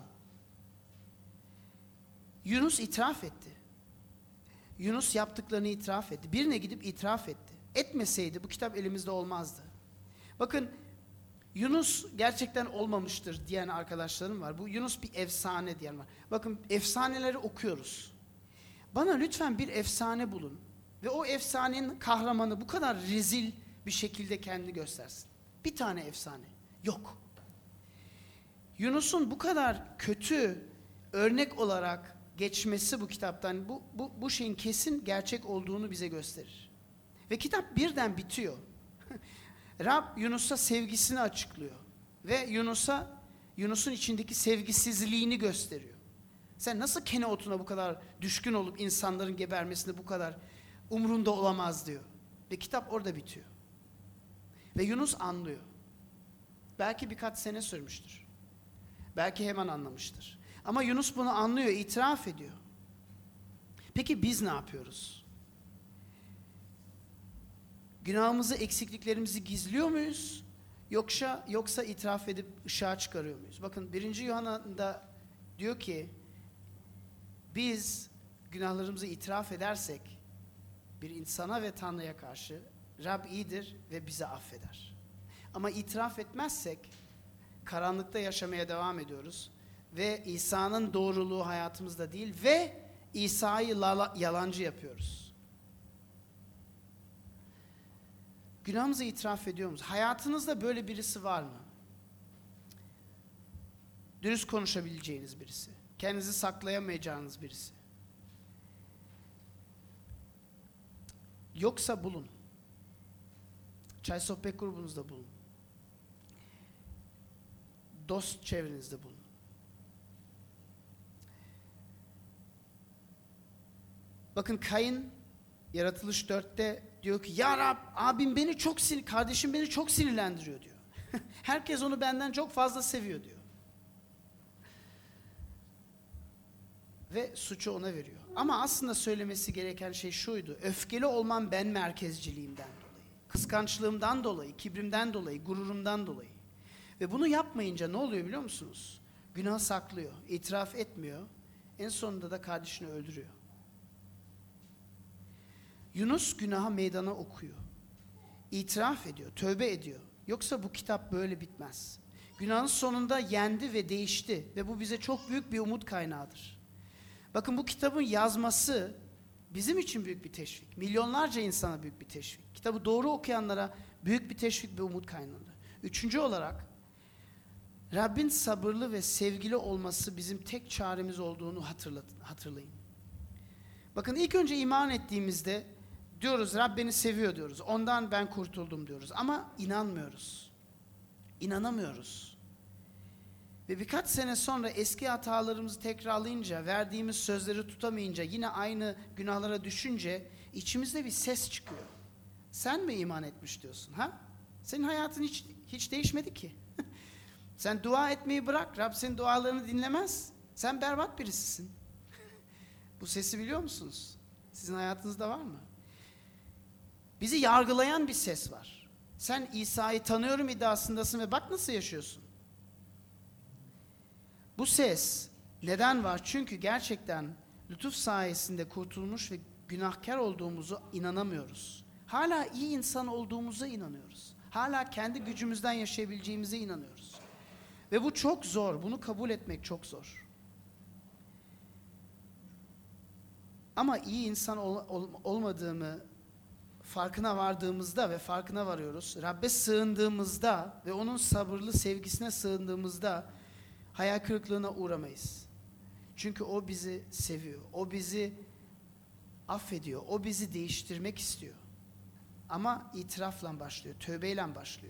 Yunus itiraf etti. Yunus yaptıklarını itiraf etti. Birine gidip itiraf etti. Etmeseydi bu kitap elimizde olmazdı. Bakın, Yunus gerçekten olmamıştır diyen arkadaşlarım var. Bu Yunus bir efsane diyen var. Bakın, efsaneleri okuyoruz. Bana lütfen bir efsane bulun ve o efsanenin kahramanı bu kadar rezil bir şekilde kendini göstersin. Bir tane efsane yok. Yunus'un bu kadar kötü örnek olarak geçmesi bu kitaptan, bu, bu, bu şeyin kesin gerçek olduğunu bize gösterir. Ve kitap birden bitiyor. Rab Yunus'a sevgisini açıklıyor ve Yunus'a Yunus'un içindeki sevgisizliğini gösteriyor. Sen nasıl kene otuna bu kadar düşkün olup insanların gebermesinde bu kadar umrunda olamaz diyor. Ve kitap orada bitiyor. Ve Yunus anlıyor. Belki birkaç sene sürmüştür. Belki hemen anlamıştır. Ama Yunus bunu anlıyor, itiraf ediyor. Peki biz ne yapıyoruz? Günahımızı, eksikliklerimizi gizliyor muyuz? Yoksa yoksa itiraf edip ışığa çıkarıyor muyuz? Bakın, birinci Yuhanna'da diyor ki, biz günahlarımızı itiraf edersek bir insana ve Tanrı'ya karşı Rab iyidir ve bizi affeder. Ama itiraf etmezsek karanlıkta yaşamaya devam ediyoruz ve İsa'nın doğruluğu hayatımızda değil ve İsa'yı yalancı yapıyoruz. Günahımızı itiraf ediyor musunuz? Hayatınızda böyle birisi var mı? Dürüst konuşabileceğiniz birisi. Kendinizi saklayamayacağınız birisi. Yoksa bulun. Çay sohbet grubunuzda bulun. Dost çevrenizde bulun. Bakın, Kain Yaratılış dörtte diyor ki, ya Rab, abim beni çok sinir, kardeşim beni çok sinirlendiriyor diyor. Herkes onu benden çok fazla seviyor diyor. Ve suçu ona veriyor. Ama aslında söylemesi gereken şey şuydu: öfkeli olmam ben merkezciliğimden dolayı, kıskançlığımdan dolayı, kibrimden dolayı, gururumdan dolayı. Ve bunu yapmayınca ne oluyor biliyor musunuz? Günah saklıyor, itiraf etmiyor. En sonunda da kardeşini öldürüyor. Yunus günaha meydana okuyor. İtiraf ediyor, tövbe ediyor. Yoksa bu kitap böyle bitmez. Günahın sonunda yendi ve değişti ve bu bize çok büyük bir umut kaynağıdır. Bakın, bu kitabın yazması bizim için büyük bir teşvik. Milyonlarca insana büyük bir teşvik. Kitabı doğru okuyanlara büyük bir teşvik ve umut kaynağı. Üçüncü olarak, Rabbin sabırlı ve sevgili olması bizim tek çaremiz olduğunu hatırlayın. Bakın, ilk önce iman ettiğimizde diyoruz, Rab beni seviyor diyoruz. Ondan ben kurtuldum diyoruz. Ama inanmıyoruz. İnanamıyoruz. Ve birkaç sene sonra eski hatalarımızı tekrarlayınca, verdiğimiz sözleri tutamayınca, yine aynı günahlara düşünce içimizde bir ses çıkıyor. Sen mi iman etmiş diyorsun, ha? Senin hayatın hiç hiç değişmedi ki. Sen dua etmeyi bırak, Rab senin dualarını dinlemez. Sen berbat birisisin. Bu sesi biliyor musunuz? Sizin hayatınızda var mı? Bizi yargılayan bir ses var. Sen İsa'yı tanıyorum iddiasındasın ve bak nasıl yaşıyorsun. Bu ses neden var? Çünkü gerçekten lütuf sayesinde kurtulmuş ve günahkar olduğumuzu inanamıyoruz. Hala iyi insan olduğumuza inanıyoruz. Hala kendi gücümüzden yaşayabileceğimize inanıyoruz. Ve bu çok zor. Bunu kabul etmek çok zor. Ama iyi insan ol, ol, olmadığımı farkına vardığımızda ve farkına varıyoruz. Rabbe sığındığımızda ve onun sabırlı sevgisine sığındığımızda hayal kırıklığına uğramayız. Çünkü o bizi seviyor. O bizi affediyor. O bizi değiştirmek istiyor. Ama itirafla başlıyor. Tövbeyle başlıyor.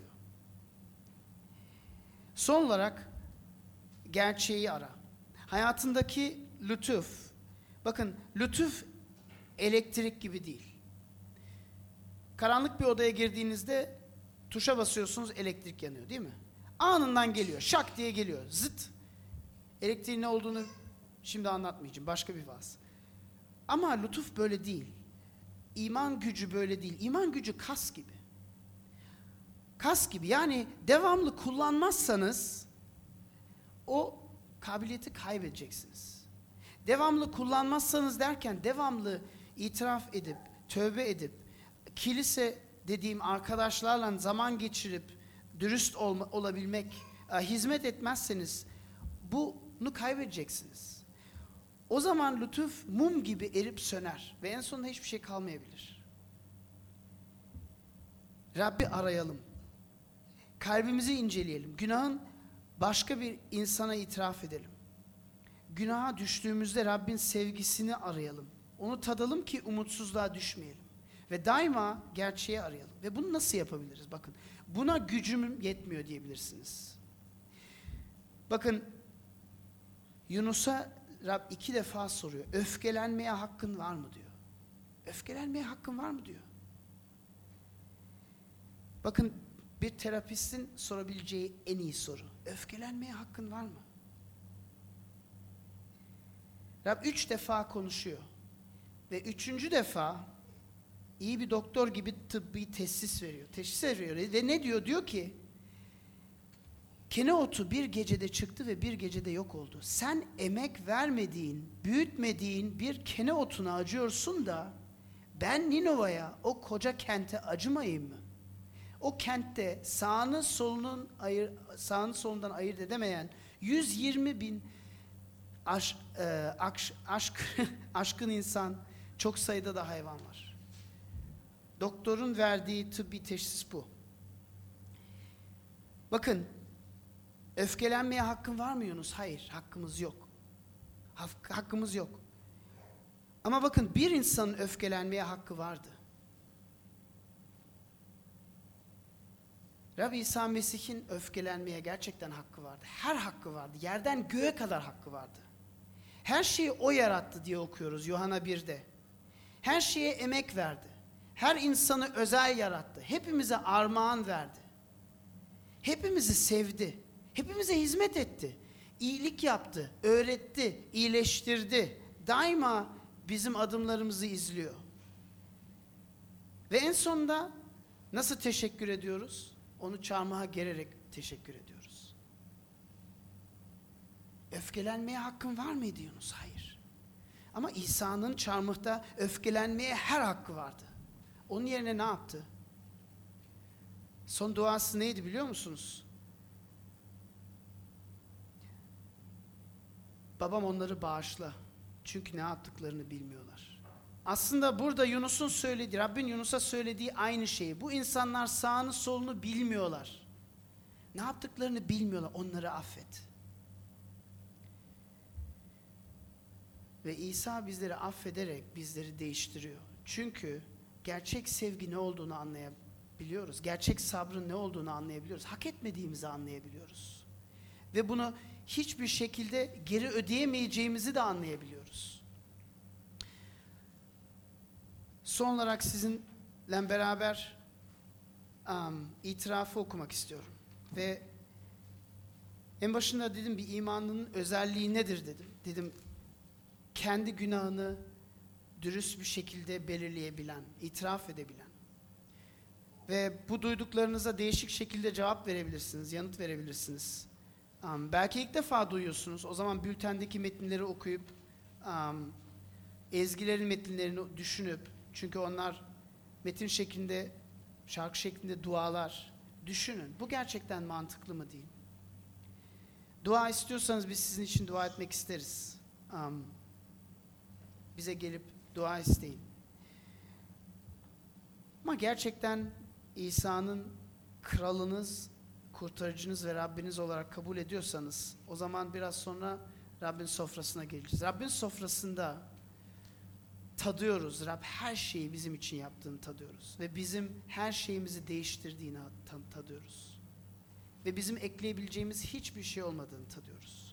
Son olarak gerçeği ara. Hayatındaki lütuf. Bakın lütuf elektrik gibi değil. Karanlık bir odaya girdiğinizde tuşa basıyorsunuz, elektrik yanıyor değil mi? Anından geliyor. Şak diye geliyor. Zıt. Elektriğin ne olduğunu şimdi anlatmayacağım. Başka bir vaaz. Ama lütuf böyle değil. İman gücü böyle değil. İman gücü kas gibi. Kas gibi. Yani devamlı kullanmazsanız o kabiliyeti kaybedeceksiniz. Devamlı kullanmazsanız derken devamlı itiraf edip, tövbe edip, kilise dediğim arkadaşlarla zaman geçirip, dürüst olma, olabilmek, e, hizmet etmezseniz bunu kaybedeceksiniz. O zaman lütuf mum gibi erip söner ve en sonunda hiçbir şey kalmayabilir. Rabbi arayalım. Kalbimizi inceleyelim. Günahın başka bir insana itiraf edelim. Günaha düştüğümüzde Rabbin sevgisini arayalım. Onu tadalım ki umutsuzluğa düşmeyelim. Ve daima gerçeği arayalım. Ve bunu nasıl yapabiliriz? Bakın, buna gücüm yetmiyor diyebilirsiniz. Bakın, Yunus'a Rab iki defa soruyor. Öfkelenmeye hakkın var mı diyor. Öfkelenmeye hakkın var mı diyor. Bakın, bir terapistin sorabileceği en iyi soru. Öfkelenmeye hakkın var mı? Rab üç defa konuşuyor. Ve üçüncü defa iyi bir doktor gibi tıbbi teşhis veriyor. Teşhis veriyor ve ne diyor? Diyor ki kene otu bir gecede çıktı ve bir gecede yok oldu. Sen emek vermediğin, büyütmediğin bir kene otuna acıyorsun da ben Ninova'ya, o koca kente acımayayım mı? O kentte sağını solunun ayır, sağını solundan ayırt edemeyen yüz yirmi bin aş, e, aş, aşk, aşkın insan, çok sayıda da hayvan var. Doktorun verdiği tıbbi teşhis bu. Bakın, öfkelenmeye hakkın var mı Yunus? Hayır, hakkımız yok. Hakkımız yok. Ama bakın, bir insanın öfkelenmeye hakkı vardı. Rabbi İsa Mesih'in öfkelenmeye gerçekten hakkı vardı. Her hakkı vardı. Yerden göğe kadar hakkı vardı. Her şeyi o yarattı diye okuyoruz Yuhanna birde. Her şeye emek verdi. Her insanı özel yarattı. Hepimize armağan verdi. Hepimizi sevdi. Hepimize hizmet etti. İyilik yaptı, öğretti, iyileştirdi. Daima bizim adımlarımızı izliyor. Ve en sonunda nasıl teşekkür ediyoruz? Onu çarmıha gererek teşekkür ediyoruz. Öfkelenmeye hakkın var mıydı Yunus? Hayır. Ama İsa'nın çarmıhta öfkelenmeye her hakkı vardı. Onun yerine ne yaptı? Son duası neydi biliyor musunuz? Babam onları bağışla. Çünkü ne yaptıklarını bilmiyorlar. Aslında burada Yunus'un söylediği, Rabbin Yunus'a söylediği aynı şey. Bu insanlar sağını solunu bilmiyorlar. Ne yaptıklarını bilmiyorlar. Onları affet. Ve İsa bizleri affederek bizleri değiştiriyor. Çünkü gerçek sevgi ne olduğunu anlayabiliyoruz. Gerçek sabrın ne olduğunu anlayabiliyoruz. Hak etmediğimizi anlayabiliyoruz. Ve bunu hiçbir şekilde geri ödeyemeyeceğimizi de anlayabiliyoruz. Son olarak sizinle beraber um, itirafı okumak istiyorum. Ve en başında dedim bir imanının özelliği nedir dedim. Dedim kendi günahını dürüst bir şekilde belirleyebilen, itiraf edebilen. Ve bu duyduklarınıza değişik şekilde cevap verebilirsiniz, yanıt verebilirsiniz. Um, belki ilk defa duyuyorsunuz. O zaman bültendeki metinleri okuyup, um, ezgilerin metinlerini düşünüp, çünkü onlar metin şeklinde, şarkı şeklinde dualar. Düşünün, bu gerçekten mantıklı mı değil? Dua istiyorsanız biz sizin için dua etmek isteriz. Um, bize gelip dua isteyin. Ama gerçekten İsa'nın kralınız, kurtarıcınız ve Rabbiniz olarak kabul ediyorsanız, o zaman biraz sonra Rabbin sofrasına geleceğiz. Rabbin sofrasında tadıyoruz. Rab her şeyi bizim için yaptığını tadıyoruz. Ve bizim her şeyimizi değiştirdiğini tadıyoruz. Ve bizim ekleyebileceğimiz hiçbir şey olmadığını tadıyoruz.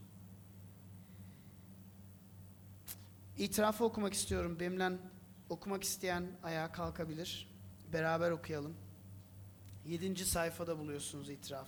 İtirafı okumak istiyorum. Benimle okumak isteyen ayağa kalkabilir. Beraber okuyalım. Yedinci sayfada buluyorsunuz itiraf.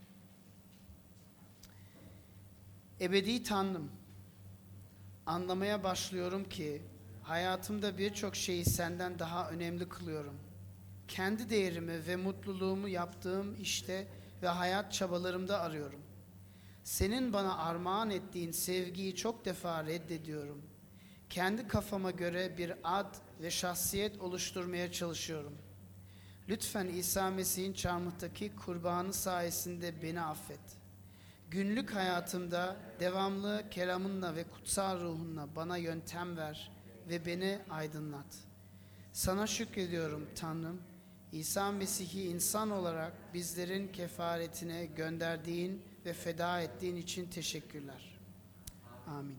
Ebedi Tanrım, anlamaya başlıyorum ki hayatımda birçok şeyi senden daha önemli kılıyorum. Kendi değerimi ve mutluluğumu yaptığım işte ve hayat çabalarımda arıyorum. Senin bana armağan ettiğin sevgiyi çok defa reddediyorum. Kendi kafama göre bir ad ve şahsiyet oluşturmaya çalışıyorum. Lütfen İsa Mesih'in çarmıhtaki kurbanı sayesinde beni affet. Günlük hayatımda devamlı kelamınla ve kutsal ruhunla bana yöntem ver ve beni aydınlat. Sana şükrediyorum Tanrım. İsa Mesih'i insan olarak bizlerin kefaretine gönderdiğin ve feda ettiğin için teşekkürler. Amin.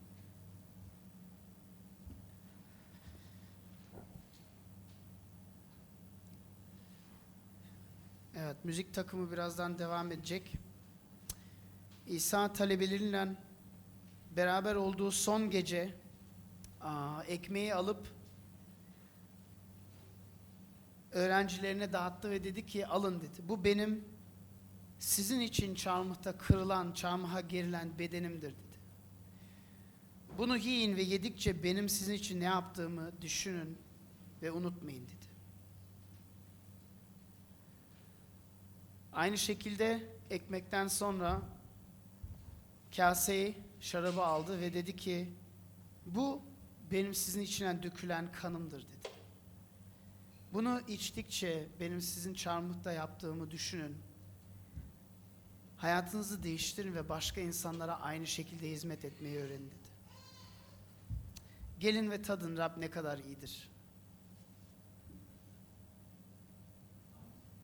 Evet, müzik takımı birazdan devam edecek. İsa talebeleriyle beraber olduğu son gece aa, ekmeği alıp öğrencilerine dağıttı ve dedi ki alın dedi. Bu benim sizin için çarmıhta kırılan, çarmıha gerilen bedenimdir dedi. Bunu yiyin ve yedikçe benim sizin için ne yaptığımı düşünün ve unutmayın dedi. Aynı şekilde ekmekten sonra kaseyi, şarabı aldı ve dedi ki bu benim sizin için dökülen kanımdır dedi. Bunu içtikçe benim sizin çarmıhta yaptığımı düşünün. Hayatınızı değiştirin ve başka insanlara aynı şekilde hizmet etmeyi öğrenin dedi. Gelin ve tadın, Rab ne kadar iyidir.